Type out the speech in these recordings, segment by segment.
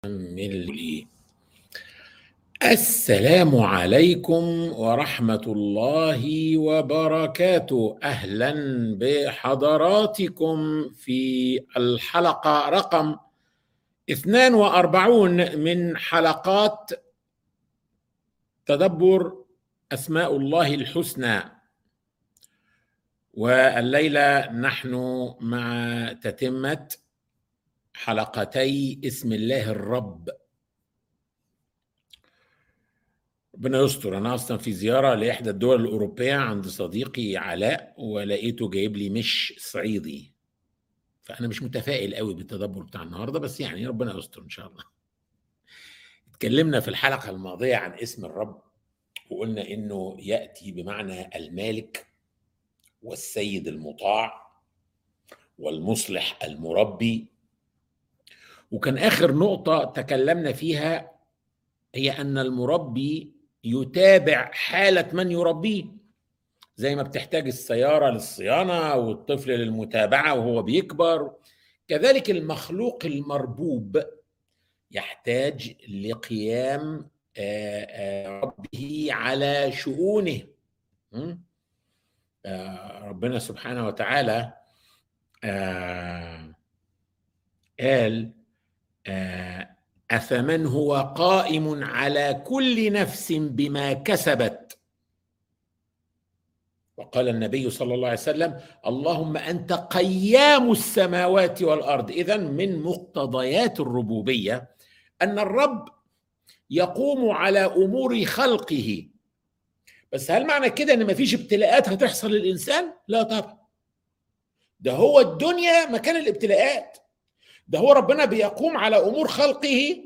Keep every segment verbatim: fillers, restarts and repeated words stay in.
لي. السلام عليكم ورحمة الله وبركاته. أهلا بحضراتكم في الحلقة رقم اثنين وأربعين من حلقات تدبر أسماء الله الحسنى، والليلة نحن مع تتمة حلقتي اسم الله الرب. ربنا يستر. أنا أصلا في زيارة لإحدى الدول الأوروبية عند صديقي علاء، ولقيته جايب لي مش صعيدي، فأنا مش متفائل قوي بالتدبر بتاع النهاردة، بس يعني ربنا يستر إن شاء الله. اتكلمنا في الحلقة الماضية عن اسم الرب، وقلنا إنه يأتي بمعنى المالك والسيد المطاع والمصلح المربي. وكان آخر نقطة تكلمنا فيها هي أن المربي يتابع حالة من يربيه، زي ما بتحتاج السيارة للصيانة والطفل للمتابعة وهو بيكبر، كذلك المخلوق المربوب يحتاج لقيام ربه على شؤونه. ربنا سبحانه وتعالى قال: أفمن هو قائم على كل نفس بما كسبت. وقال النبي صلى الله عليه وسلم: اللهم أنت قيام السماوات والأرض. إذن من مقتضيات الربوبية أن الرب يقوم على أمور خلقه. بس هل معنى كده أن مفيش ابتلاءات هتحصل للإنسان؟ لا طبعا، ده هو الدنيا مكان الابتلاءات. ده هو ربنا بيقوم على أمور خلقه،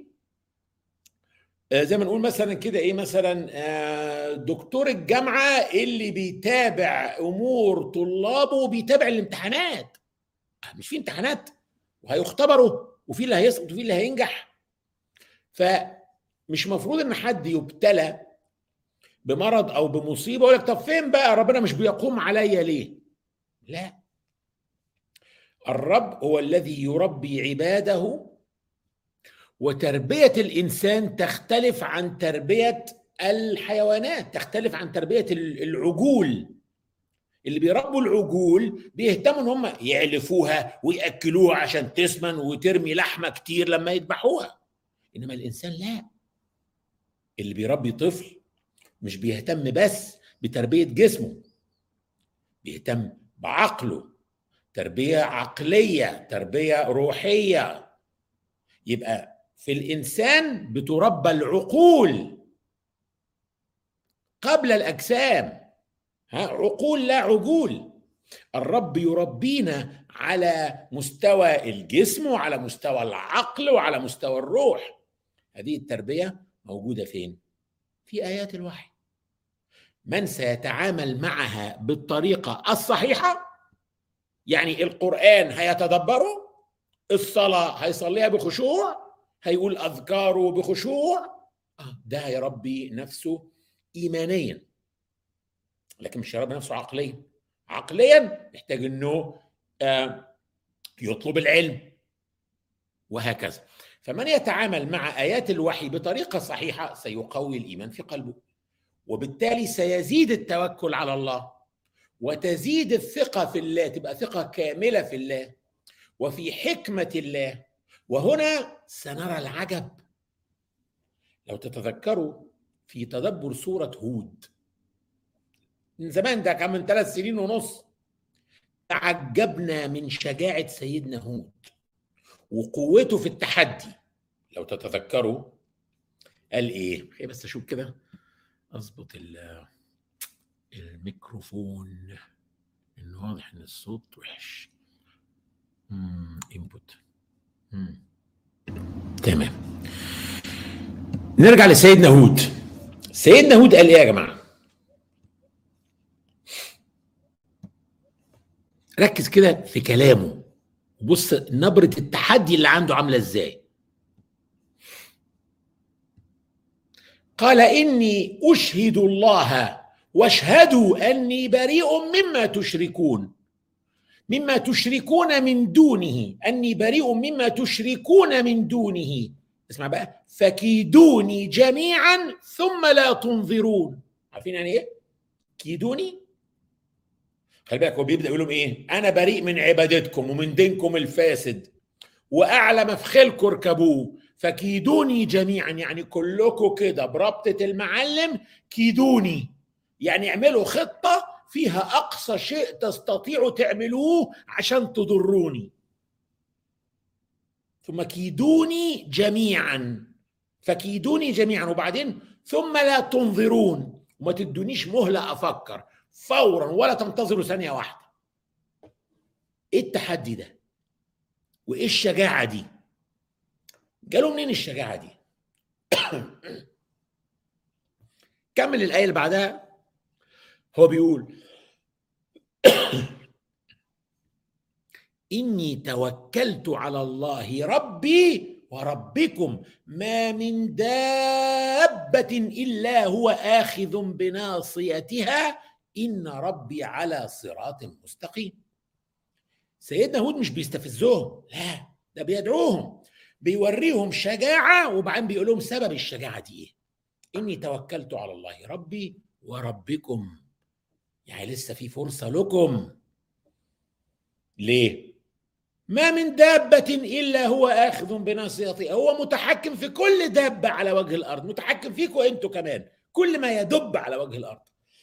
زي ما نقول مثلا كده ايه، مثلا دكتور الجامعه اللي بيتابع امور طلابه وبيتابع الامتحانات. مش في امتحانات وهيختبروا، وفي اللي هيسقط وفي اللي هينجح. فمش مفروض ان حد يبتلى بمرض او بمصيبه ويقول لك طب فين بقى ربنا مش بيقوم عليا ليه؟ لا، الرب هو الذي يربي عباده، وتربية الإنسان تختلف عن تربية الحيوانات، تختلف عن تربية العجول. اللي بيربوا العجول بيهتموا ان هم يعلفوها ويأكلوها عشان تسمن وترمي لحمة كتير لما يذبحوها. إنما الإنسان لا، اللي بيربي طفل مش بيهتم بس بتربية جسمه، بيهتم بعقله، تربية عقلية، تربية روحية. يبقى في الإنسان بتربى العقول قبل الأجسام. ها، عقول لا عجول. الرب يربينا على مستوى الجسم وعلى مستوى العقل وعلى مستوى الروح. هذه التربية موجودة فين؟ في آيات الوحي. من سيتعامل معها بالطريقة الصحيحة، يعني القرآن هيتدبره، الصلاة هيصليها بخشوع، هيقول أذكاره بخشوع، ده هيربي نفسه إيمانيا، لكن مش هيربي نفسه عقليا. عقليا يحتاج أنه يطلب العلم وهكذا. فمن يتعامل مع آيات الوحي بطريقة صحيحة سيقوي الإيمان في قلبه، وبالتالي سيزيد التوكل على الله، وتزيد الثقة في الله، تبقى ثقة كاملة في الله وفي حكمة الله. وهنا سنرى العجب. لو تتذكروا في تدبر سورة هود من زمان، ده كان من ثلاث سنين ونص، تعجبنا من شجاعة سيدنا هود وقوته في التحدي. لو تتذكروا قال ايه؟ خليني بس اشوف كده اظبط الميكروفون، انه واضح ان الصوت وحش. امم انبوت. امم تمام. نرجع لسيدنا هود. سيدنا هود قال ايه يا جماعه؟ ركز كده في كلامه وبص نبرة التحدي اللي عنده عامله ازاي. قال: إني أشهد الله واشهدوا أني بريء مما تشركون مما تشركون من دونه أني بريء مما تشركون من دونه اسمع بقى، فكيدوني جميعا ثم لا تنظرون. عارفين يعني ايه كيدوني؟ خلي بالك هو بيبدا يقول لهم ايه؟ انا بريء من عبادتكم ومن دينكم الفاسد، واعلى مفخلكم اركبوه، فكيدوني جميعا، يعني كلكم كده بربطه المعلم كيدوني، يعني اعملوا خطه فيها اقصى شيء تستطيعوا تعملوه عشان تضروني. ثم كيدوني جميعا، فكيدوني جميعا، وبعدين ثم لا تنظرون، وما تدونيش مهله افكر فورا ولا تنتظروا ثانيه واحده. ايه التحدي ده وايه الشجاعه دي؟ جالوا منين الشجاعه دي؟ كمل الايه اللي بعدها، هو بيقول إني توكلت على الله ربي وربكم ما من دابة إلا هو آخذ بناصيتها إن ربي على صراط مستقيم. سيدنا هود مش بيستفزهم، لا، ده بيدعوهم، بيوريهم شجاعة، وبعدين بيقول لهم سبب الشجاعة دي إيه؟ إني توكلت على الله ربي وربكم، يعني لسه في فرصة لكم. ليه؟ ما من دابة إلا هو آخذ بناصيتها، هو متحكم في كل دابة على وجه الأرض، متحكم فيكم أنتوا كمان، كل ما يدب على وجه الأرض.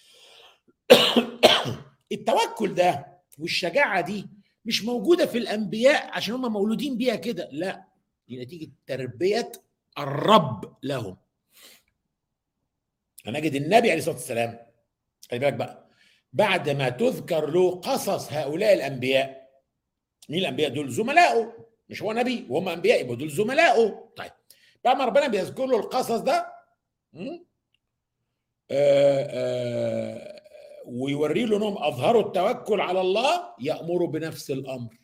التوكل ده والشجاعة دي مش موجودة في الأنبياء عشان هم مولودين بيها كده، لا، دي نتيجة تربية الرب لهم. هنجد النبي عليه الصلاة والسلام، خلي بالك بقى، بعد ما تذكر له قصص هؤلاء الأنبياء، مين الانبياء دول؟ زملائه، مش هو نبي وهم انبياء، يبقوا دول زملائه. طيب بعد ما ربنا بيذكر له القصص ده آآ آآ ويوري له انهم اظهروا التوكل على الله، يأمروا بنفس الامر.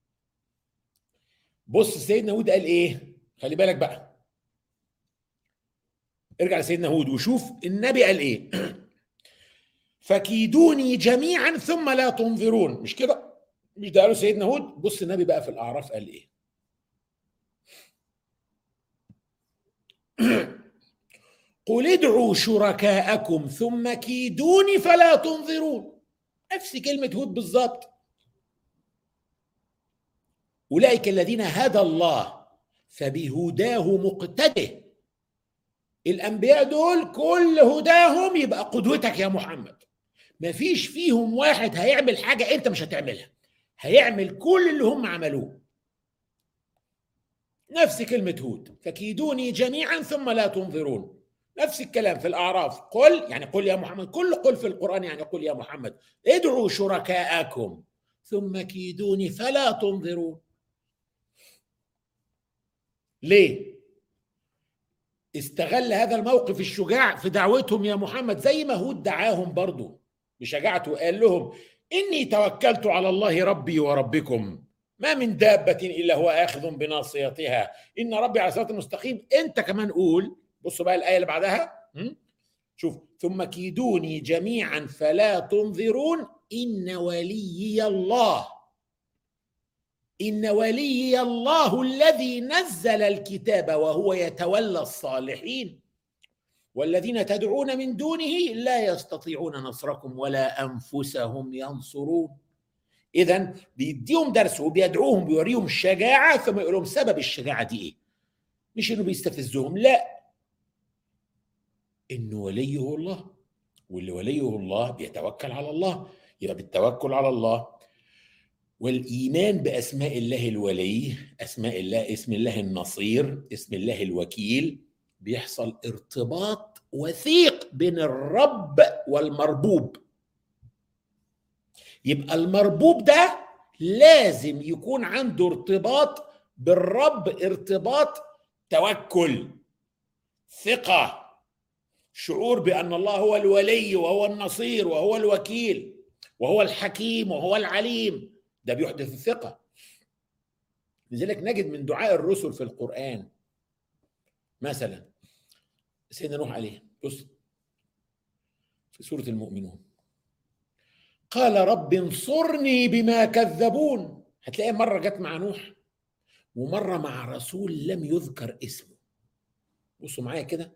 بص سيدنا هود قال ايه؟ خلي بالك بقى، ارجع لسيدنا هود وشوف النبي قال ايه. فكيدوني جميعا ثم لا تنظرون، مش كده؟ مش ده قاله سيدنا هود؟ بص النبي بقى في الاعراف قال ايه. قل ادعوا شركاءكم ثم كيدوني فلا تنظرون، نفس كلمة هود بالظبط. أولئك الذين هدى الله فبهداه مقتده، الأنبياء دول كل هداهم يبقى قدوتك يا محمد، مفيش فيهم واحد هيعمل حاجة أنت مش هتعملها، هيعمل كل اللي هم عملوه. نفس كلمة هود، فكيدوني جميعا ثم لا تنظرون، نفس الكلام في الأعراف، قل يعني قل يا محمد، كل قل في القرآن يعني قل يا محمد، ادعوا شركاءكم ثم كيدوني فلا تنظرون. ليه؟ استغل هذا الموقف الشجاع في دعوتهم يا محمد، زي ما هود دعاهم برضو بشجاعته، قال لهم إني توكلت على الله ربي وربكم ما من دابة إلا هو آخذ بناصيتها إن ربي على صراط مستقيم. أنت كمان قول، بصوا بقى الآية اللي بعدها، شوف، ثم كيدوني جميعا فلا تنظرون إن وليي الله، إن وليي الله الذي نزل الكتاب وهو يتولى الصالحين والذين تدعون من دونه لا يستطيعون نصركم ولا أنفسهم ينصرون. إذن بيديهم درس وبيدعوهم، بيوريهم الشجاعة، ثم يقول لهم سبب الشجاعة دي إيه؟ مش إنه بيستفزهم، لا، إنه وليه الله، واللي وليه الله بيتوكل على الله. يبقى بالتوكل على الله والإيمان بأسماء الله الولي، أسماء الله، اسم الله النصير، اسم الله الوكيل، بيحصل ارتباط وثيق بين الرب والمربوب. يبقى المربوب ده لازم يكون عنده ارتباط بالرب، ارتباط توكل، ثقة، شعور بأن الله هو الولي وهو النصير وهو الوكيل وهو الحكيم وهو العليم، ده بيحدث الثقة. لذلك نجد من دعاء الرسل في القرآن مثلا سيدنا نوح عليه، بص في سورة المؤمنون، قال رب انصرني بما كذبون. هتلاقي مرة جت مع نوح ومرة مع رسول لم يذكر اسمه، بصوا معايا كده.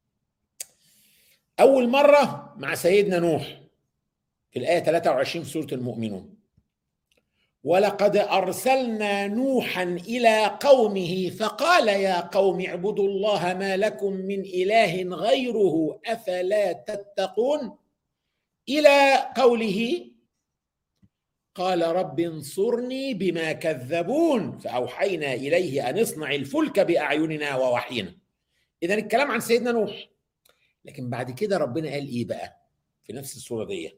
أول مرة مع سيدنا نوح في الآية ثلاثة وعشرين في سورة المؤمنون: ولقد أرسلنا نوحا إلى قومه فقال يا قوم اعبدوا الله ما لكم من إله غيره أفلا تتقون، إلى قوله قال رب انصرني بما كذبون فأوحينا إليه أن اصنع الفلك بأعيننا ووحينا. إذن الكلام عن سيدنا نوح. لكن بعد كده ربنا قال إيه بقى في نفس السورة دي؟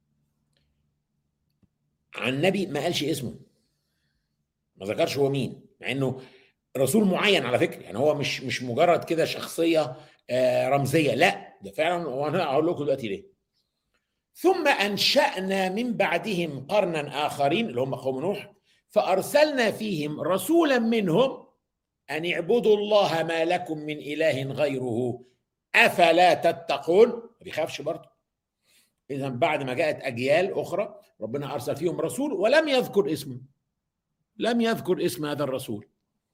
عن نبي ما قالش اسمه، ما ذكرش هو مين، مع انه رسول معين على فكره، يعني هو مش مش مجرد كده شخصيه رمزيه، لا ده فعلا. وانا هقول لكم دلوقتي ليه. ثم انشانا من بعدهم قرنا اخرين اللي هم قوم نوح فارسلنا فيهم رسولا منهم ان اعبدوا الله ما لكم من اله غيره افلا تتقون. ما بيخافش برضه. اذا بعد ما جاءت اجيال اخرى ربنا ارسل فيهم رسول ولم يذكر اسمه، لم يذكر اسم هذا الرسول.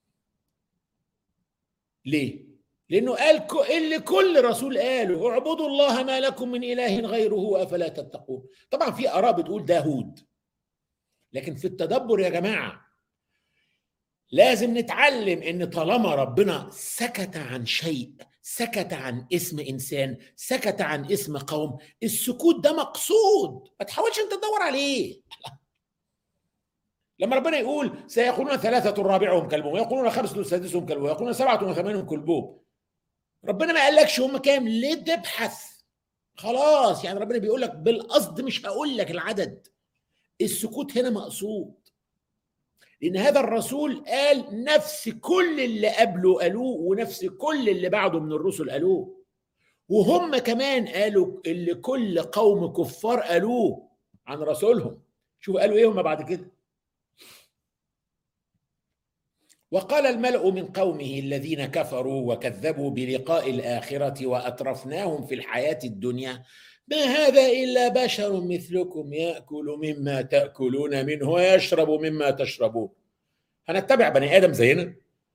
ليه؟ لأنه قال اللي كل رسول قاله: اعبدوا الله ما لكم من إله غيره أفلا تتقون. طبعا في آراء بتقول ده هود، لكن في التدبر يا جماعة لازم نتعلم إن طالما ربنا سكت عن شيء، سكت عن اسم إنسان، سكت عن اسم قوم، السكوت ده مقصود، ما تحاولش أنت تدور عليه. لما ربنا يقول سيقولون ثلاثة رابعهم كلبهم ويقولون خمسة سادسهم كلبهم ويقولون سبعة وثمانهم كلبهم، ربنا ما قالكش هم كام، ليه تبحث؟ خلاص، يعني ربنا بيقول لك بالقصد مش هقول لك العدد. السكوت هنا مقصود، لأن هذا الرسول قال نفس كل اللي قبله قالوه ونفس كل اللي بعده من الرسل قالوه، وهم كمان قالوا اللي كل قوم كفار قالوه عن رسولهم. شوف قالوا ايه هم بعد كده: وقال الملأ من قومه الذين كفروا وكذبوا بلقاء الآخرة وأترفناهم في الحياة الدنيا ما هذا إلا بشر مثلكم يأكل مما تأكلون منه ويشرب مما تشربون. هنتبع بني آدم زينا؟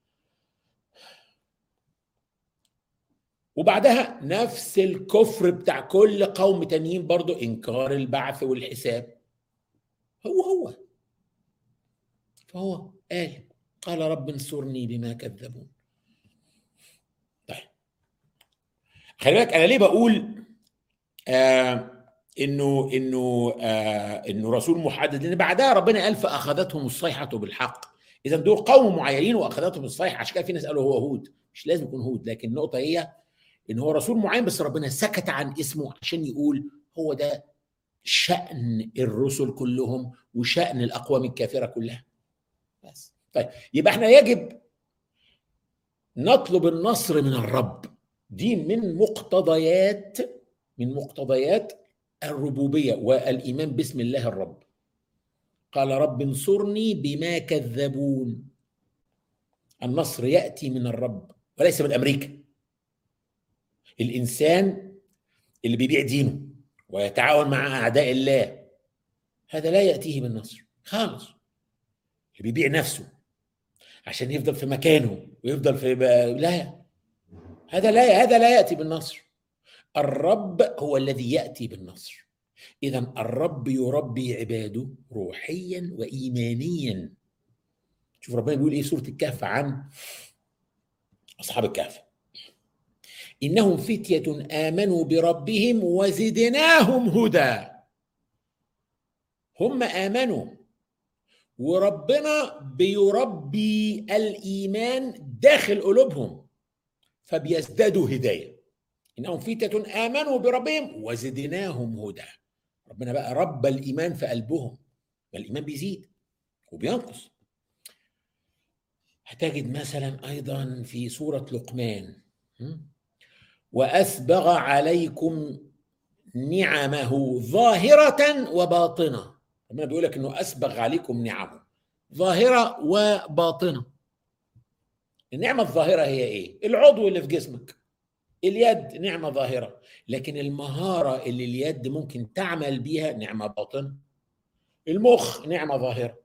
وبعدها نفس الكفر بتاع كل قوم تانيين برضو، إنكار البعث والحساب. هو هو فهو قال قال رب انصرني بما كذبون. طيب خلي بالك انا ليه بقول آه انه انه آه انه رسول محدد، لان بعدها ربنا قال فاخذتهم الصيحه بالحق. اذا دول قوم معينين واخذتهم الصيحه. عشان كده في ناس قالوا هو هود، مش لازم يكون هود، لكن النقطه هي ان هو رسول معين بس ربنا سكت عن اسمه عشان يقول هو ده شأن الرسل كلهم وشأن الاقوام الكافره كلها. بس طيب يبقى احنا يجب نطلب النصر من الرب. دي من مقتضيات من مقتضيات الربوبية والإيمان باسم الله الرب. قال رب انصرني بما كذبون. النصر يأتي من الرب وليس من أمريكا. الإنسان اللي بيبيع دينه ويتعاون مع أعداء الله هذا لا يأتيه بالنصر خالص. اللي بيبيع نفسه عشان يفضل في مكانه ويفضل في لا، هذا لا هذا لا يأتي بالنصر. الرب هو الذي يأتي بالنصر. إذا الرب يربي عباده روحيا وإيمانيا. شوف ربنا بيقول إيه سورة الكهف عن أصحاب الكهف: إنهم فتية آمنوا بربهم وزدناهم هدى. هم آمنوا وربنا بيربي الإيمان داخل قلوبهم فبيزدادوا هداية. إنهم فتية آمنوا بربهم وزدناهم هدى. ربنا بقى رب الإيمان في قلبهم، فالإيمان بيزيد وبينقص. هتجد مثلا أيضا في سورة لقمان: وأسبغ عليكم نعمه ظاهرة وباطنة. ربنا بيقول لك إنه أسبغ عليكم نعمه ظاهرة وباطنة. النعمة الظاهرة هي إيه؟ العضو اللي في جسمك. اليد نعمة ظاهرة، لكن المهارة اللي اليد ممكن تعمل بيها نعمة باطنة. المخ نعمة ظاهرة،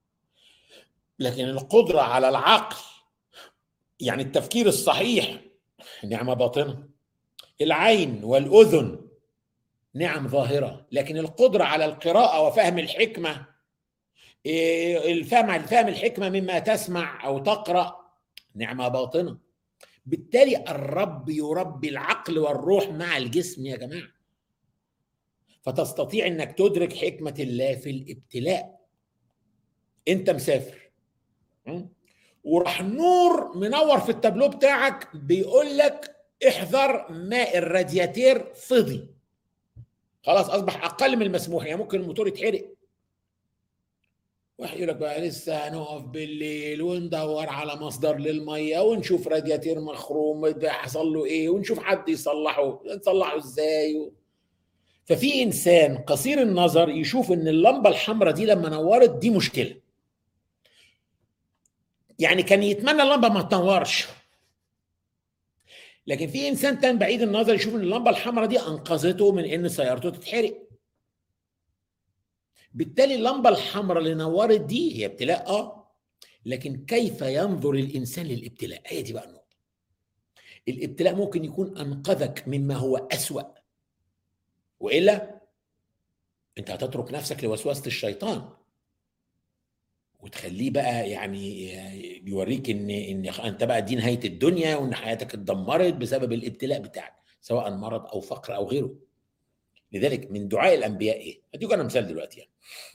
لكن القدرة على العقل يعني التفكير الصحيح نعمة باطنة. العين والأذن نعم ظاهرة، لكن القدرة على القراءة وفهم الحكمة، الفهم الفهم الحكمة مما تسمع أو تقرأ، نعمة باطنة. بالتالي الرب يربي العقل والروح مع الجسم يا جماعة، فتستطيع أنك تدرك حكمة الله في الابتلاء. أنت مسافر وراح نور منور في التابلو بتاعك بيقول لك احذر ماء الرادياتير فضي، خلاص اصبح اقل من المسموح، يعني ممكن الموتور يتحرق. واحد يقول لك بقى لسه هنقف بالليل وندور على مصدر للميه ونشوف رادياتير مخروم ده حصل له ايه ونشوف حد يصلحه، يصلحه ازاي. ففي انسان قصير النظر يشوف ان اللمبه الحمراء دي لما نورت دي مشكله، يعني كان يتمنى اللمبه ما تنورش. لكن في انسان تاني بعيد النظر يشوف ان اللمبه الحمراء دي انقذته من ان سيارته تتحرق. بالتالي اللمبه الحمراء اللي نورت دي هي ابتلاء، اه لكن كيف ينظر الانسان للابتلاء؟ هي دي بقى النقطه. الابتلاء ممكن يكون انقذك مما هو اسوأ، والا انت هتترك نفسك لوسوسه الشيطان وتخليه بقى يعني بيوريك ان ان انت بقى دي نهايه الدنيا وان حياتك اتدمرت بسبب الابتلاء بتاعك، سواء مرض او فقر او غيره. لذلك من دعاء الانبياء ايه؟ اديك انا مثال دلوقتي يعني.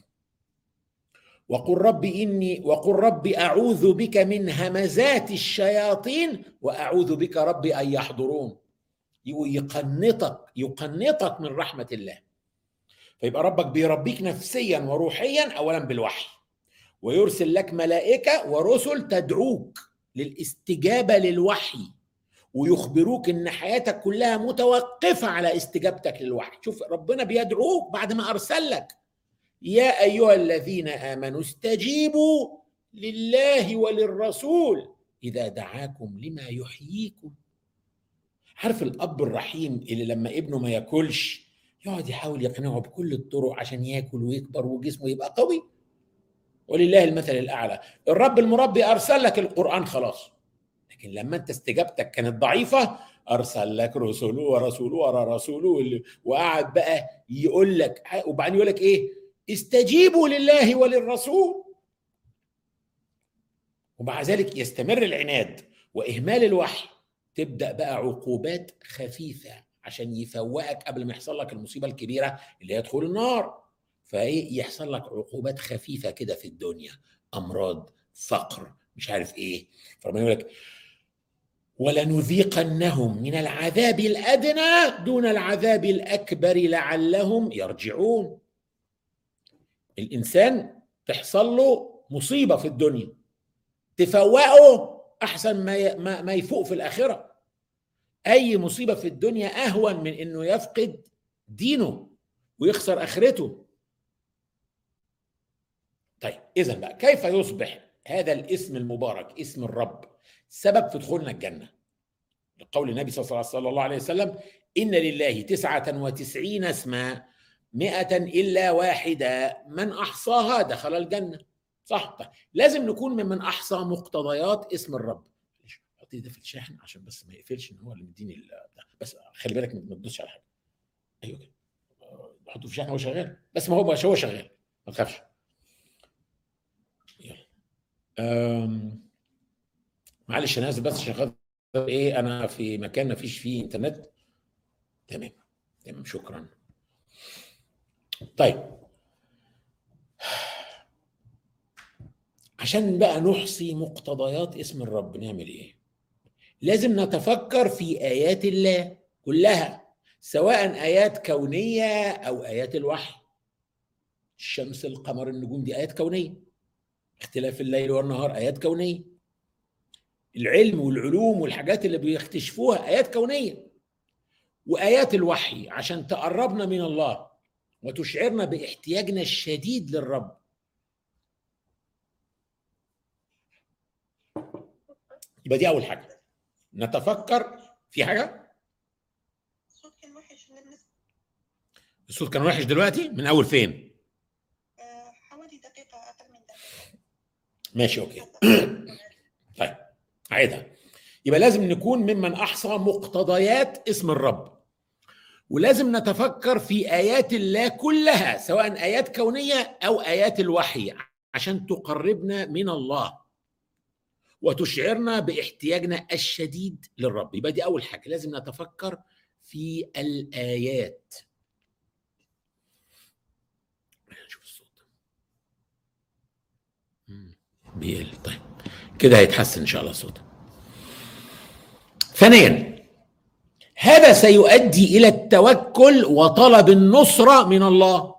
وقل رب اني وقل رب اعوذ بك من همزات الشياطين واعوذ بك رب ان يحضرون. يقنطك يقنطك من رحمه الله. فيبقى ربك بيربيك نفسيا وروحيا اولا بالوحي، ويرسل لك ملائكه ورسل تدعوك للاستجابه للوحي ويخبروك ان حياتك كلها متوقفه على استجابتك للوحي. شوف ربنا بيدعوك بعد ما ارسل لك يا ايها الذين امنوا استجيبوا لله وللرسول اذا دعاكم لما يحييكم. عارف الاب الرحيم اللي لما ابنه ما ياكلش يقعد يحاول يقنعه بكل الطرق عشان ياكل ويكبر وجسمه يبقى قوي؟ ولله المثل الاعلى. الرب المربي ارسل لك القران خلاص، لكن لما انت استجابتك كانت ضعيفه ارسل لك رسله ورسوله ورا رسوله وقعد بقى يقول لك، وبعدين يقول لك ايه؟ استجيبوا لله وللرسول. ومع ذلك يستمر العناد واهمال الوحي، تبدا بقى عقوبات خفيفه عشان يفوقك قبل ما يحصل لك المصيبه الكبيره اللي هي دخول النار. فايه يحصل لك عقوبات خفيفه كده في الدنيا، امراض، فقر، مش عارف ايه. فربنا يقول لك ولنذيقنهم من العذاب الادنى دون العذاب الاكبر لعلهم يرجعون. الانسان تحصل له مصيبه في الدنيا تفوقه احسن ما ما يفوق في الاخره. اي مصيبه في الدنيا اهون من انه يفقد دينه ويخسر اخرته. طيب اذا بقى كيف يصبح هذا الاسم المبارك اسم الرب سبب في دخولنا الجنه؟ لقول النبي صلى الله عليه وسلم ان لله تسعة وتسعين اسما مئة الا واحده من احصاها دخل الجنه. صح؟ طيب لازم نكون ممن احصى مقتضيات اسم الرب. حطي ده في الشاحن عشان بس ما يقفلش ان هو اللي مديني بس خلي بالك ما تدوسش على حاجه. ايوه كده حطه في الشاحن هو شغال، بس ما هو مش هو شغال ما تخافش. يلا أم... معلش انا اسف بس شغال ايه، انا في مكان ما فيش فيه انترنت. تمام تمام شكرا. طيب عشان بقى نحصي مقتضيات اسم الرب نعمل ايه؟ لازم نتفكر في ايات الله كلها، سواء ايات كونيه او ايات الوحي. الشمس، القمر، النجوم دي ايات كونيه. اختلاف الليل والنهار ايات كونيه. العلم والعلوم والحاجات اللي بيكتشفوها ايات كونيه. وايات الوحي عشان تقربنا من الله وتشعرنا باحتياجنا الشديد للرب. يبقى دي اول حاجه نتفكر في حاجه. الصوت كان وحش. الصوت كان وحش دلوقتي من اول فين؟ آه حوالي دقيقه اقل من دقيقه. ماشي اوكي. طيب اعيدها. يبقى لازم نكون ممن أحصى مقتضيات اسم الرب، ولازم نتفكر في آيات الله كلها سواء آيات كونية أو آيات الوحي عشان تقربنا من الله وتشعرنا باحتياجنا الشديد للرب. يبقى دي أول حاجة، لازم نتفكر في الآيات. نشوف الصوت بيقل، طيب كده هيتحسن إن شاء الله الصوت. ثانيا، هذا سيؤدي إلى التوكل وطلب النصرة من الله،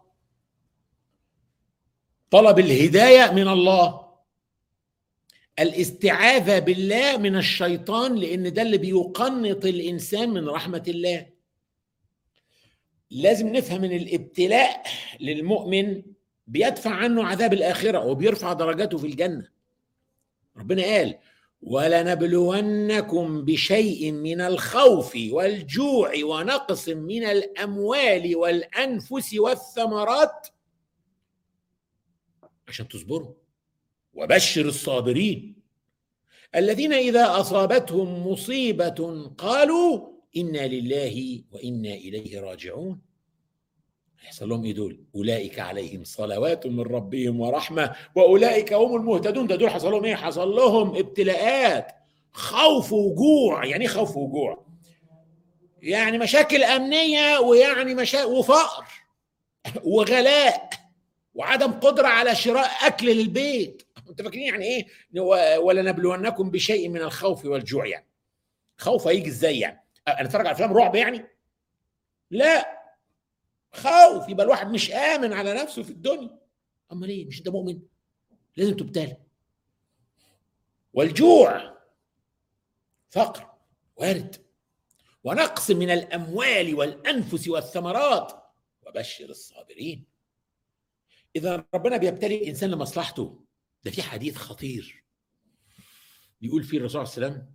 طلب الهداية من الله، الاستعاذة بالله من الشيطان، لأن ده اللي بيقنط الإنسان من رحمة الله. لازم نفهم أن الابتلاء للمؤمن بيدفع عنه عذاب الآخرة وبيرفع درجاته في الجنة. ربنا قال: ولنبلونكم بشيء من الخوف والجوع ونقص من الأموال والأنفس والثمرات عشان تصبروا، وبشر الصابرين الذين إذا أصابتهم مصيبة قالوا إنا لله وإنا إليه راجعون. هيحصل لهم إيه دول؟ أولئك عليهم صلوات من ربهم ورحمة وأولئك هم المهتدون. ده دول حصل لهم إيه؟ حصل لهم ابتلاءات، خوف وجوع. يعني إيه خوف وجوع؟ يعني مشاكل أمنية، ويعني مشاكل وفقر وغلاء وعدم قدرة على شراء أكل للبيت. انتوا فاكرين يعني ايه ولنبلونكم بشيء من الخوف والجوع؟ يعني خوف هيجي ازاي؟ يعني انا اتفرج على افلام رعب يعني؟ لا، خوف يبقى الواحد مش آمن على نفسه في الدنيا. اما ليه؟ مش انت مؤمن؟ لازم تبتلى. والجوع فقر وارد، ونقص من الأموال والأنفس والثمرات وبشر الصابرين. إذا ربنا بيبتلي الإنسان لمصلحته. ده في حديث خطير بيقول فيه الرسول صلى الله عليه وسلم: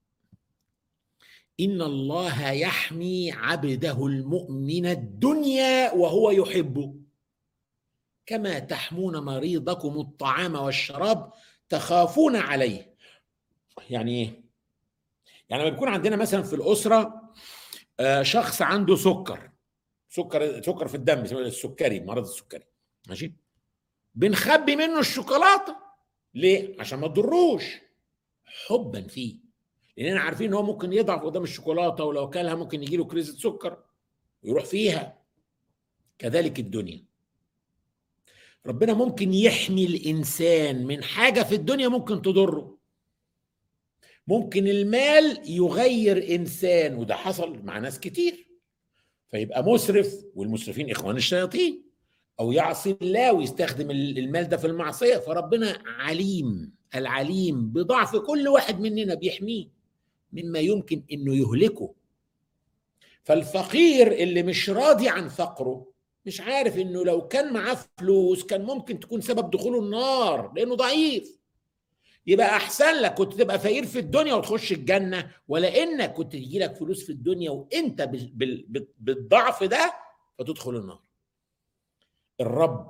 إن الله يحمي عبده المؤمن الدنيا وهو يحبه كما تحمون مريضكم الطعام والشراب تخافون عليه. يعني إيه؟ يعني لما بيكون عندنا مثلا في الأسرة شخص عنده سكر سكر سكر في الدم، اسمه السكري، مرض السكري، ماشي؟ بنخبي منه الشوكولاتة ليه؟ عشان ما تضروش، حبا فيه، لاننا عارفين ان هو ممكن يضعف قدام الشوكولاته، ولو كلها ممكن يجي له كريزه سكر ويروح فيها. كذلك الدنيا، ربنا ممكن يحمي الانسان من حاجه في الدنيا ممكن تضره. ممكن المال يغير انسان، وده حصل مع ناس كتير، فيبقى مسرف، والمسرفين اخوان الشياطين، او يعصي الله ويستخدم المال ده في المعصيه. فربنا عليم، العليم بضعف كل واحد مننا، بيحميه مما يمكن انه يهلكه. فالفقير اللي مش راضي عن فقره مش عارف انه لو كان معاه فلوس كان ممكن تكون سبب دخوله النار لانه ضعيف. يبقى احسن لك كنت تبقى فقير في الدنيا وتخش الجنه، ولا انك كنت تجي لك فلوس في الدنيا وانت بالضعف ده فتدخل النار. الرب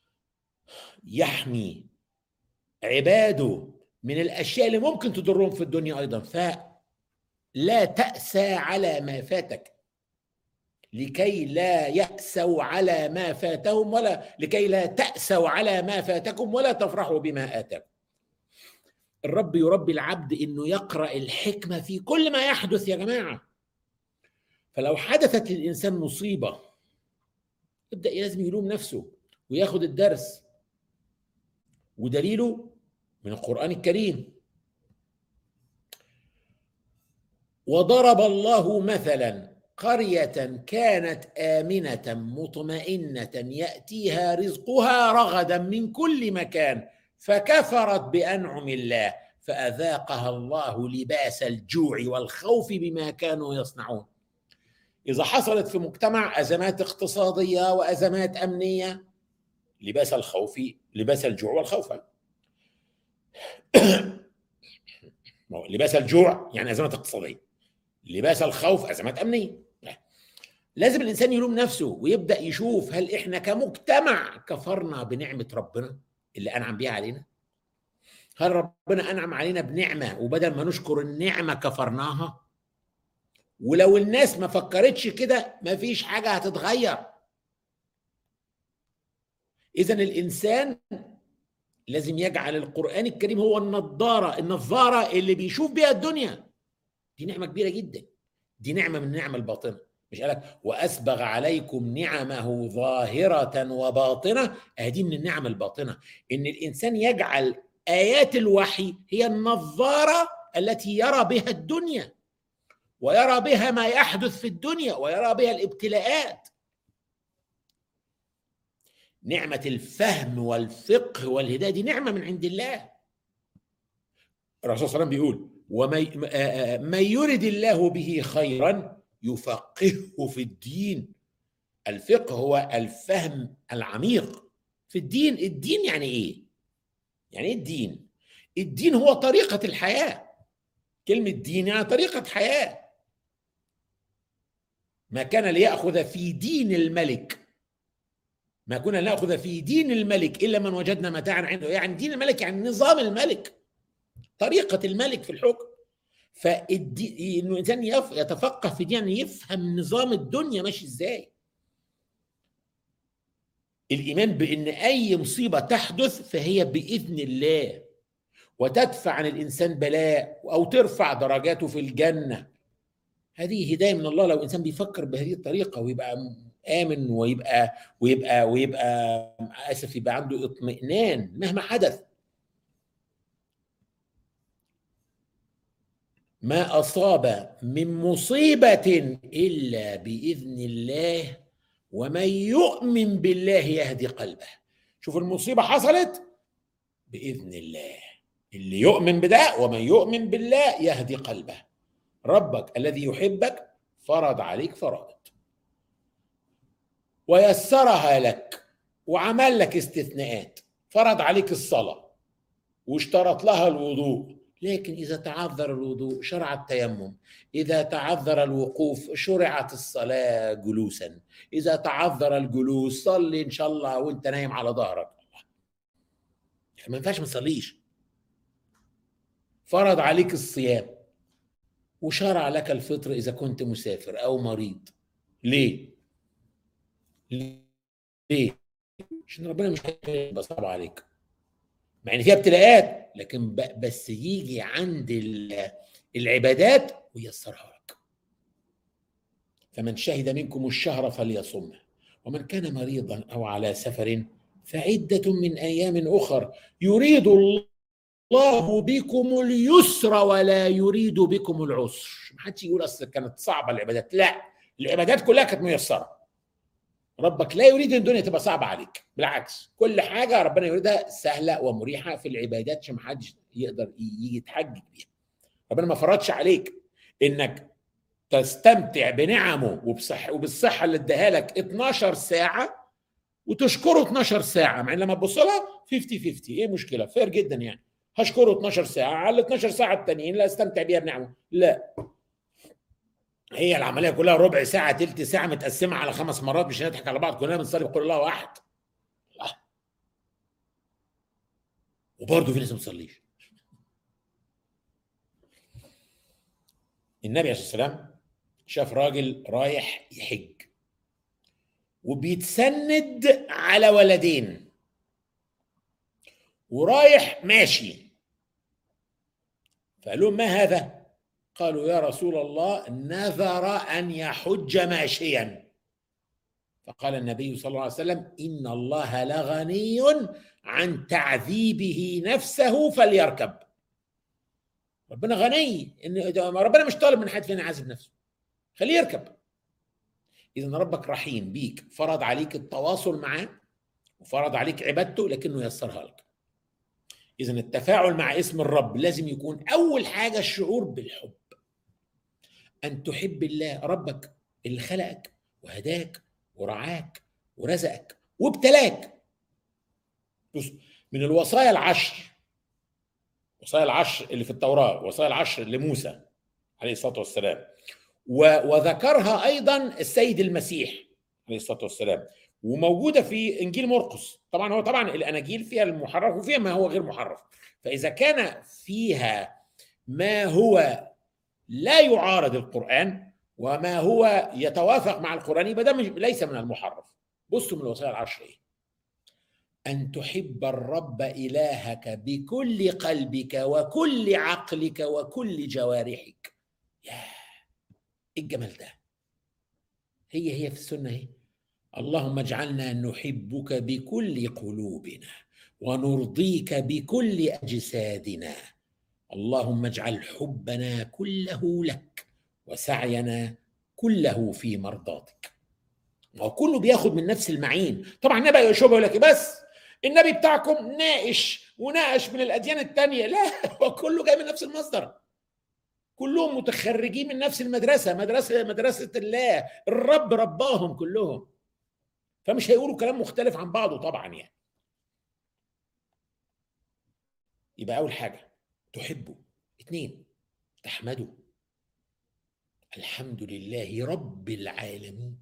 يحمي عباده من الاشياء اللي ممكن تضرهم في الدنيا ايضا. فلا تأسى على ما فاتك لكي لا يأسوا على ما فاتهم، ولا لكي لا تأسوا على ما فاتكم ولا تفرحوا بما آتاكم. الرب يربي العبد انه يقرأ الحكمة في كل ما يحدث يا جماعة. فلو حدثت للإنسان مصيبة يبدأ لازم يلوم نفسه وياخد الدرس، ودليله من القرآن الكريم: وضرب الله مثلا قرية كانت آمنة مطمئنة يأتيها رزقها رغدا من كل مكان فكفرت بأنعم الله فأذاقها الله لباس الجوع والخوف بما كانوا يصنعون. إذا حصلت في مجتمع أزمات اقتصادية وأزمات أمنية، لباس الخوف لباس الجوع والخوف. لباس الجوع يعني أزمات اقتصادية، لباس الخوف أزمات أمنية. لازم الإنسان يلوم نفسه ويبدأ يشوف هل إحنا كمجتمع كفرنا بنعمة ربنا اللي أنعم بيها علينا؟ هل ربنا أنعم علينا بنعمة وبدل ما نشكر النعمة كفرناها؟ ولو الناس ما فكرتش كده مفيش حاجة هتتغير. إذن الإنسان لازم يجعل القرآن الكريم هو النظارة النظارة اللي بيشوف بيها الدنيا. دي نعمة كبيرة جدا، دي نعمة من النعم الباطنة. مش قالك وأسبغ عليكم نعمه ظاهرة وباطنة؟ أهدي من النعم الباطنة، إن الإنسان يجعل آيات الوحي هي النظارة التي يرى بها الدنيا، ويرى بها ما يحدث في الدنيا، ويرى بها الابتلاءات. نعمة الفهم والفقه والهداية دي نعمة من عند الله. الرسول صلى الله عليه وسلم بيقول ومن يرد الله به خيرا يفقهه في الدين. الفقه هو الفهم العميق في الدين. الدين يعني ايه؟ يعني ايه الدين؟ الدين هو طريقة الحياة. كلمة دين يعني طريقة حياة. ما كان ليأخذ في دين الملك ما كنا نأخذ في دين الملك إلا من وجدنا متاعا عنده. يعني دين الملك يعني نظام الملك، طريقة الملك في الحكم. فإنه الإنسان يتفقه في دين، يفهم نظام الدنيا ماشي إزاي. الإيمان بأن أي مصيبة تحدث فهي بإذن الله، وتدفع عن الإنسان بلاء أو ترفع درجاته في الجنة. هذه هداية من الله لو الإنسان بيفكر بهذه الطريقة، ويبقى آمن، ويبقى ويبقى ويبقى آسف يبقى عنده اطمئنان مهما حدث. ما أصاب من مصيبة إلا بإذن الله ومن يؤمن بالله يهدي قلبه. شوف المصيبة حصلت بإذن الله، اللي يؤمن بده ومن يؤمن بالله يهدي قلبه. ربك الذي يحبك فرض عليك فرائض ويسرها لك وعمل لك استثناءات. فرض عليك الصلاة واشترط لها الوضوء، لكن إذا تعذر الوضوء شرع التيمم، إذا تعذر الوقوف شرعت الصلاة جلوسا، إذا تعذر الجلوس صلي إن شاء الله وانت نايم على ظهرك. ما ينفعش ما تصليش. فرض عليك الصيام وشرع لك الفطر إذا كنت مسافر أو مريض. ليه؟ ليه؟ عشان ربنا مش هيبقى صعب عليك، مع ان فيها ابتلاءات، لكن بس يجي عند العبادات ويسرها لك. فمن شهد منكم الشهر فليصمه ومن كان مريضا او على سفر فعدة من ايام اخر يريد الله بكم اليسر ولا يريد بكم العسر. ما حدش يقول اصل كانت صعبه العبادات، لا، العبادات كلها كانت ميسره. ربك لا يريد ان الدنيا تبقى صعبه عليك، بالعكس كل حاجه ربنا يريدها سهله ومريحه في العبادات عشان ما حدش يقدر يجي يتحجج بيها. ربنا ما فرضش عليك انك تستمتع بنعمه وبصح وبالصحه اللي اداها لك اتناشر ساعه وتشكره اتناشر ساعه، مع ان لما تبص لها خمسين خمسين ايه مشكله؟ فير جدا يعني. هشكره اتناشر ساعه على ال اتناشر ساعه التانيين لا استمتع بيها بنعمه، لا. هي العمليه كلها ربع ساعه تلت ساعه متقسمه على خمس مرات، مش هنضحك على بعض، كلنا بنصلي بقول الله واحد. الله. وبرضه في ناس ما بتصليش. النبي عليه الصلاه والسلام شاف راجل رايح يحج وبيتسند على ولدين ورايح ماشي، فقال لهم ما هذا؟ قالوا يا رسول الله نذر أن يحج ماشيا. فقال النبي صلى الله عليه وسلم إن الله لغني عن تعذيبه نفسه فليركب. ربنا غني، إن ربنا مش طالب من حد فينا يعذب نفسه، خليه يركب. إذن ربك رحيم بيك، فرض عليك التواصل معاه وفرض عليك عبادته لكنه يسرها لك. إذن التفاعل مع اسم الرب لازم يكون أول حاجة الشعور بالحب، أن تحب الله ربك اللي خلقك وهداك ورعاك ورزقك وابتلاك. من الوصايا العشر، وصايا العشر اللي في التوراة، وصايا العشر لموسى عليه الصلاة والسلام، وذكرها أيضا السيد المسيح عليه الصلاة والسلام، وموجودة في إنجيل مرقس. طبعا هو طبعا الأناجيل فيها المحرف وفيها ما هو غير محرف، فإذا كان فيها ما هو لا يعارض القرآن وما هو يتوافق مع القرآن يبقى ده ليس من المحرف. بصوا من الوصايا العشر ايه: أن تحب الرب إلهك بكل قلبك وكل عقلك وكل جوارحك. يا إيه الجمال ده! هي هي في السنة اهي: اللهم اجعلنا نحبك بكل قلوبنا ونرضيك بكل أجسادنا. اللهم اجعل حبنا كله لك وسعينا كله في مرضاتك. ما هو كله بياخد من نفس المعين. طبعا النبي يشوف يقول لك بس النبي بتاعكم ناقش وناقش من الأديان التانية. لا، هو كله جاي من نفس المصدر، كلهم متخرجين من نفس المدرسة، مدرسة مدرسة الله، الرب رباهم كلهم، فمش هيقولوا كلام مختلف عن بعضه طبعا يعني. يبقى أول حاجة تحبه. اثنين تحمده. الحمد لله رب العالمين.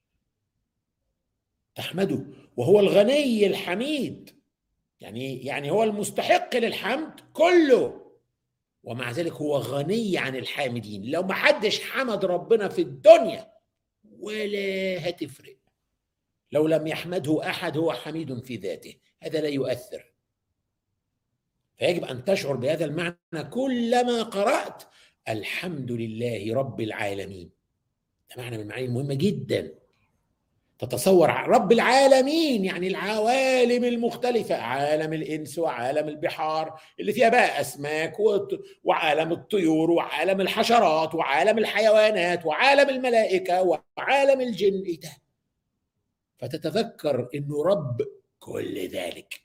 تحمده وهو الغني الحميد، يعني يعني هو المستحق للحمد كله، ومع ذلك هو غني عن الحامدين. لو ما حدش حمد ربنا في الدنيا ولا هتفرق. لو لم يحمده أحد هو حميد في ذاته، هذا لا يؤثر. فيجب أن تشعر بهذا المعنى كلما قرأت الحمد لله رب العالمين. ده معنى من المعاني المهمة جدا. تتصور رب العالمين يعني العوالم المختلفة، عالم الإنس وعالم البحار اللي فيها بقى أسماك، وعالم الطيور وعالم الحشرات وعالم الحيوانات وعالم الملائكة وعالم الجن. إيه ده؟ فتتذكر إنه رب كل ذلك.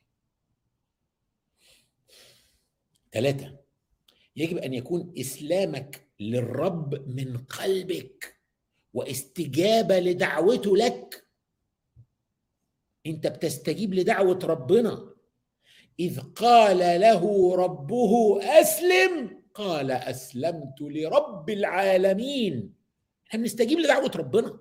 ثلاثة، يجب أن يكون إسلامك للرب من قلبك واستجابة لدعوته لك. أنت بتستجيب لدعوة ربنا. إذ قال له ربه أسلم قال أسلمت لرب العالمين. احنا بنستجيب لدعوة ربنا.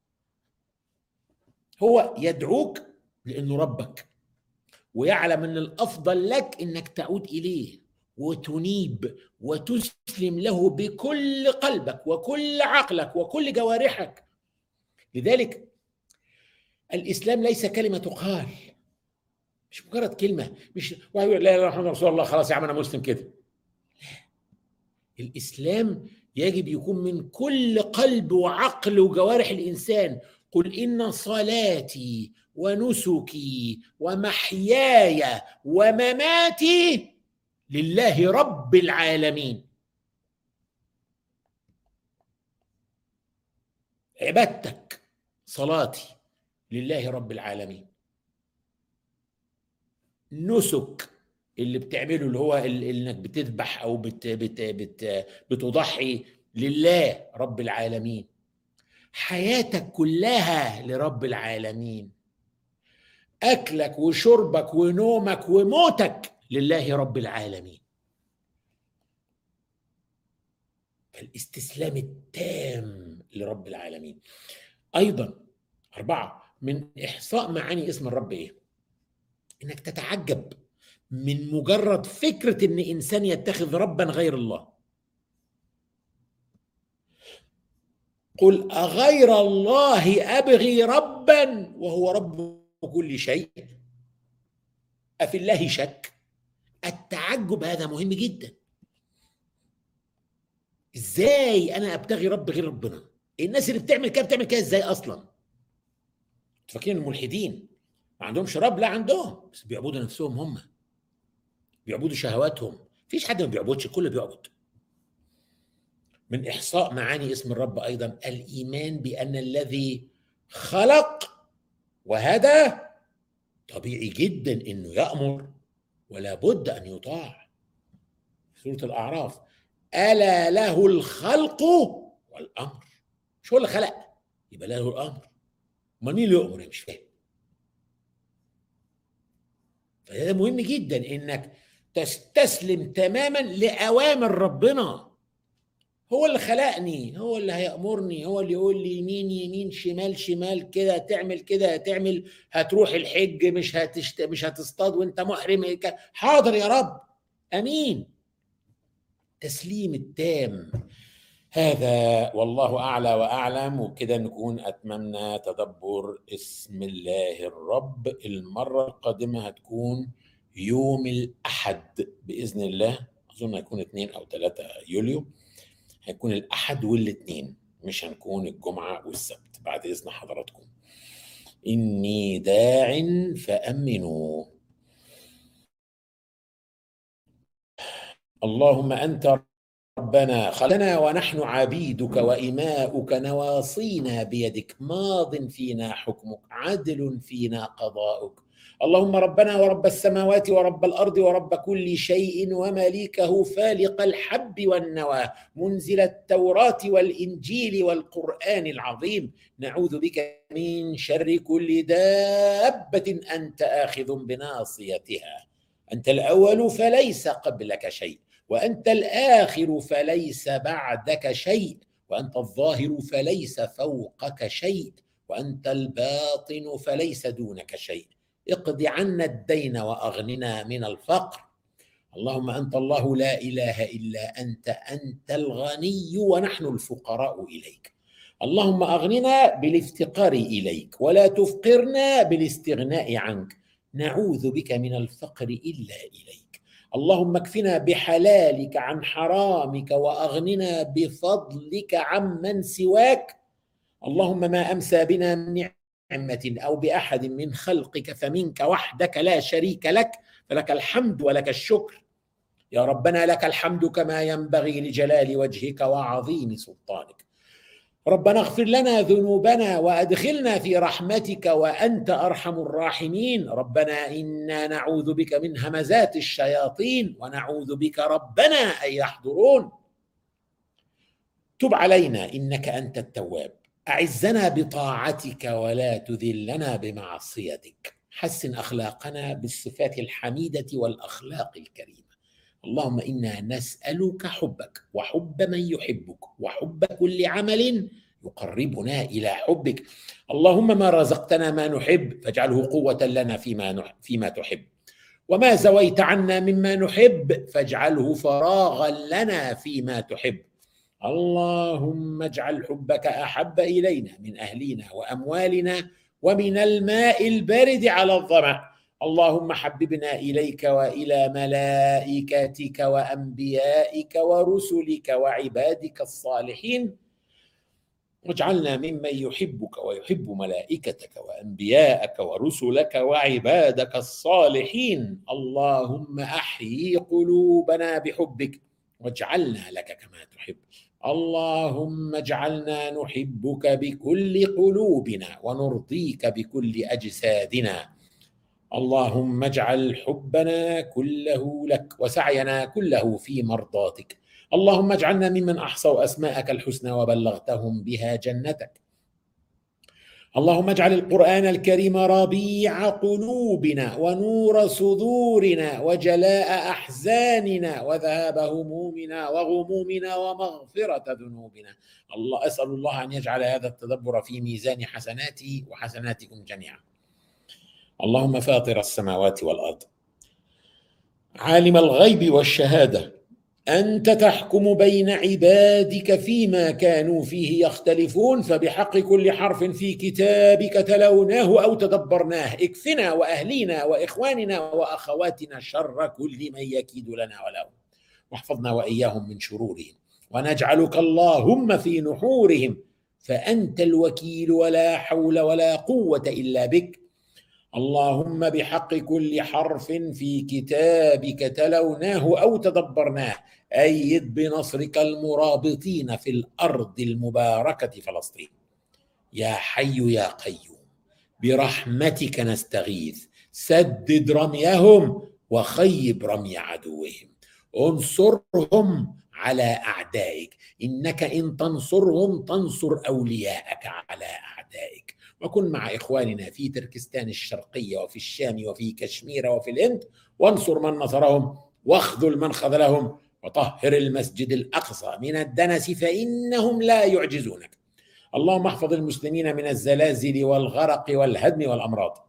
هو يدعوك لأنه ربك ويعلم أن الأفضل لك أنك تعود إليه وتنيب وتسلم له بكل قلبك وكل عقلك وكل جوارحك. لذلك الإسلام ليس كلمة تقال، مش مجرد كلمة، مش لا لا محمد رسول الله خلاص يا عم أنا مسلم كده. لا، الإسلام يجب يكون من كل قلب وعقل وجوارح الإنسان. قل إن صلاتي ونسكي ومحياي ومماتي لله رب العالمين. عبادتك صلاتي لله رب العالمين. نسك اللي بتعمله اللي هو انك بتذبح او بت بت بت بتضحي لله رب العالمين. حياتك كلها لرب العالمين. اكلك وشربك ونومك وموتك لله رب العالمين. فالاستسلام التام لرب العالمين. ايضا اربعة، من احصاء معاني اسم الرب ايه؟ انك تتعجب من مجرد فكرة ان انسان يتخذ ربا غير الله. قل اغير الله ابغي ربا وهو رب كل شيء افي الله شك. التعجب هذا مهم جدا. ازاي انا ابتغي رب غير ربنا؟ الناس اللي بتعمل كده بتعمل كده ازاي اصلا؟ فاكرين الملحدين ما عندهمش رب؟ لا عندهم، بس بيعبدوا نفسهم، هم بيعبدوا شهواتهم. مفيش حد ما بيعبدش، كله بيعبد. من إحصاء معاني اسم الرب أيضا الإيمان بأن الذي خلق وهدى طبيعي جدا إنه يأمر ولا بد أن يطاع. في سورة الأعراف: ألا له الخلق والأمر. مش هو اللي خلق يبقى له الأمر، ما مين اللي يأمر؟ مش فاهم. فهذا مهم جدا إنك تستسلم تماما لأوامر ربنا. هو اللي خلقني، هو اللي هيأمرني، هو اللي يقول لي يمين يمين شمال شمال، كده تعمل كده تعمل، هتروح الحج مش هتشت... مش هتصطاد وانت محرم، حاضر يا رب، امين. تسليم التام. هذا والله أعلى وأعلم. وكده نكون أتممنا تدبر اسم الله الرب. المرة القادمة هتكون يوم الأحد بإذن الله، أظن هيكون اثنين أو ثلاثة يوليو، هيكون الأحد والاثنين، مش هنكون الجمعة والسبت بعد إذن حضراتكم. إني داع فأمنوا. اللهم أنت ربنا خلقنا ونحن عبيدك وإماؤك، نواصينا بيدك، ماض فينا حكمك، عدل فينا قضاؤك. اللهم ربنا ورب السماوات ورب الأرض ورب كل شيء ومليكه، فالق الحب والنوى، منزل التوراة والإنجيل والقرآن العظيم، نعوذ بك من شر كل دابة أنت آخذ بناصيتها. أنت الأول فليس قبلك شيء، وأنت الآخر فليس بعدك شيء، وأنت الظاهر فليس فوقك شيء، وأنت الباطن فليس دونك شيء. اقض عنا الدين وأغننا من الفقر. اللهم أنت الله لا إله إلا أنت، أنت الغني ونحن الفقراء إليك. اللهم أغننا بالافتقار إليك ولا تفقرنا بالاستغناء عنك، نعوذ بك من الفقر إلا إليك. اللهم اكفنا بحلالك عن حرامك وأغننا بفضلك عمن سواك. اللهم ما أمسى بنا من نعمة أو بأحد من خلقك فمنك وحدك لا شريك لك، فلك الحمد ولك الشكر. يا ربنا لك الحمد كما ينبغي لجلال وجهك وعظيم سلطانك. ربنا اغفر لنا ذنوبنا وأدخلنا في رحمتك وأنت أرحم الراحمين. ربنا إنا نعوذ بك من همزات الشياطين ونعوذ بك ربنا أن يحضرون. تب علينا إنك أنت التواب، أعزنا بطاعتك ولا تذلنا بمعصيتك، حسن أخلاقنا بالصفات الحميدة والأخلاق الكريمة. اللهم إنا نسألك حبك وحب من يحبك وحب كل عمل يقربنا إلى حبك. اللهم ما رزقتنا ما نحب فاجعله قوة لنا فيما, نح فيما تحب، وما زويت عنا مما نحب فاجعله فراغا لنا فيما تحب. اللهم اجعل حبك أحب إلينا من أهلنا وأموالنا ومن الماء البارد على الظمأ. اللهم حببنا إليك وإلى ملائكتك وأنبيائك ورسلك وعبادك الصالحين، واجعلنا ممن يحبك ويحب ملائكتك وأنبياءك ورسلك وعبادك الصالحين. اللهم أحيي قلوبنا بحبك واجعلنا لك كما تحب. اللهم اجعلنا نحبك بكل قلوبنا ونرضيك بكل أجسادنا. اللهم اجعل حبنا كله لك وسعينا كله في مرضاتك. اللهم اجعلنا ممن أحصوا أسماءك الحسنى وبلغتهم بها جنتك. اللهم اجعل القرآن الكريم ربيع قلوبنا ونور صدورنا وجلاء أحزاننا وذهاب همومنا وغمومنا ومغفرة ذنوبنا. الله أسأل الله أن يجعل هذا التدبر في ميزان حسناتي وحسناتكم جميعا. اللهم فاطر السماوات والأرض، عالم الغيب والشهادة، أنت تحكم بين عبادك فيما كانوا فيه يختلفون، فبحق كل حرف في كتابك تلوناه أو تدبرناه اكفنا وأهلينا وإخواننا وأخواتنا شر كل من يكيد لنا ولهم، واحفظنا وإياهم من شرورهم، ونجعلك اللهم في نحورهم، فأنت الوكيل ولا حول ولا قوة إلا بك. اللهم بحق كل حرف في كتابك تلوناه أو تدبرناه أيد بنصرك المرابطين في الأرض المباركة فلسطين. يا حي يا قيوم برحمتك نستغيث، سدد رميهم وخيب رمي عدوهم، انصرهم على أعدائك، إنك إن تنصرهم تنصر أولياءك على أعدائك. وكن مع إخواننا في تركستان الشرقية وفي الشام وفي كشمير وفي الهند، وانصر من نصرهم واخذل من خذلهم، وطهر المسجد الأقصى من الدنس فإنهم لا يعجزونك. اللهم احفظ المسلمين من الزلازل والغرق والهدم والأمراض.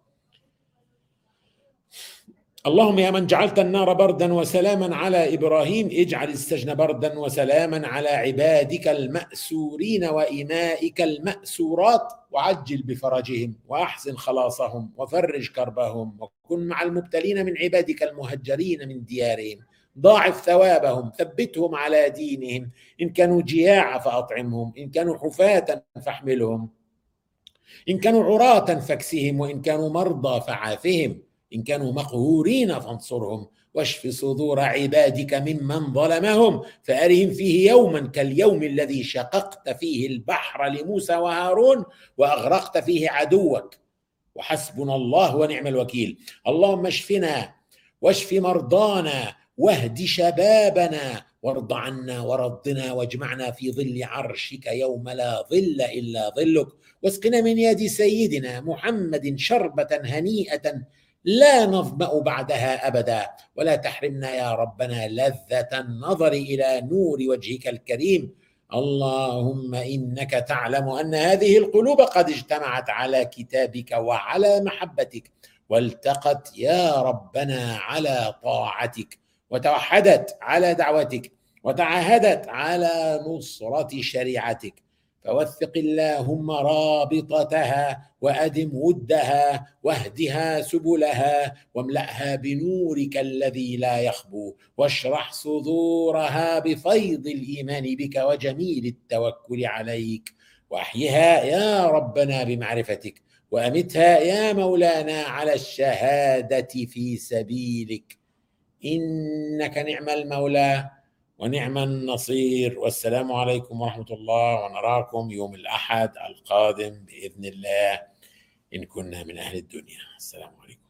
اللهم يا من جعلت النار بردا وسلاما على إبراهيم اجعل السجن بردا وسلاما على عبادك المأسورين وإمائك المأسورات، وعجل بفرجهم وأحسن خلاصهم وفرج كربهم، وكن مع المبتلين من عبادك المهجرين من ديارهم، ضاعف ثوابهم، ثبتهم على دينهم، إن كانوا جياع فأطعمهم، إن كانوا حفاة فاحملهم، إن كانوا عراة فاكسهم، وإن كانوا مرضى فعافهم، إن كانوا مقهورين فانصرهم، واشف صدور عبادك ممن ظلمهم فأرهم فيه يوما كاليوم الذي شققت فيه البحر لموسى وهارون وأغرقت فيه عدوك، وحسبنا الله ونعم الوكيل. اللهم اشفنا واشف مرضانا واهد شبابنا وارض عنا ورضنا، واجمعنا في ظل عرشك يوم لا ظل إلا ظلك، واسقنا من يد سيدنا محمد شربة هنيئة لا نظمأ بعدها أبدا، ولا تحرمنا يا ربنا لذة النظر إلى نور وجهك الكريم. اللهم إنك تعلم أن هذه القلوب قد اجتمعت على كتابك وعلى محبتك، والتقت يا ربنا على طاعتك، وتوحدت على دعوتك، وتعاهدت على نصرة شريعتك، فوثق اللهم رابطتها وأدم ودها واهدها سبلها واملأها بنورك الذي لا يخبو، واشرح صدورها بفيض الإيمان بك وجميل التوكل عليك، وأحيها يا ربنا بمعرفتك، وأمتها يا مولانا على الشهادة في سبيلك، إنك نعم المولى ونعم النصير. والسلام عليكم ورحمة الله، ونراكم يوم الأحد القادم بإذن الله إن كنا من أهل الدنيا. السلام عليكم.